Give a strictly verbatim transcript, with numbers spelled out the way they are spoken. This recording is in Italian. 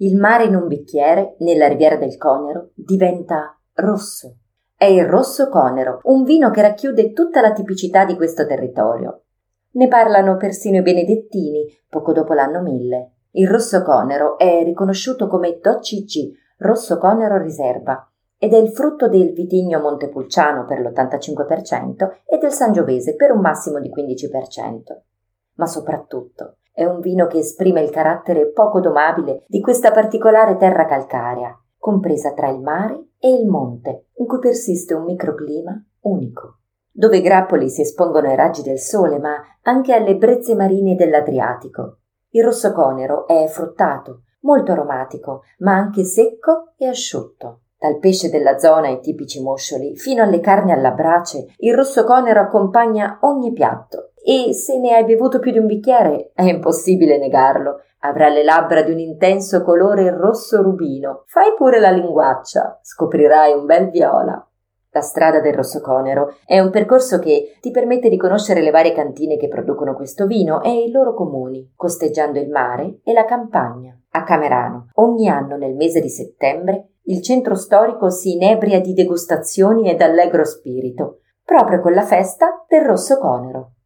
Il mare in un bicchiere, nella riviera del Conero, diventa rosso. È il Rosso Conero, un vino che racchiude tutta la tipicità di questo territorio. Ne parlano persino i benedettini, poco dopo l'anno mille. Il Rosso Conero è riconosciuto come D O C G, Rosso Conero Riserva, ed è il frutto del vitigno Montepulciano per l'ottantacinque per cento e del Sangiovese per un massimo di quindici per cento. Ma soprattutto è un vino che esprime il carattere poco domabile di questa particolare terra calcarea, compresa tra il mare e il monte, in cui persiste un microclima unico, dove i grappoli si espongono ai raggi del sole, ma anche alle brezze marine dell'Adriatico. Il Rosso Conero è fruttato, molto aromatico, ma anche secco e asciutto. Dal pesce della zona ai tipici moscioli, fino alle carni alla brace, il Rosso Conero accompagna ogni piatto. E se ne hai bevuto più di un bicchiere, è impossibile negarlo. Avrà le labbra di un intenso colore rosso rubino. Fai pure la linguaccia, scoprirai un bel viola. La strada del Rosso Conero è un percorso che ti permette di conoscere le varie cantine che producono questo vino e i loro comuni, costeggiando il mare e la campagna. A Camerano, ogni anno nel mese di settembre, il centro storico si inebria di degustazioni ed allegro spirito, proprio con la festa del Rosso Conero.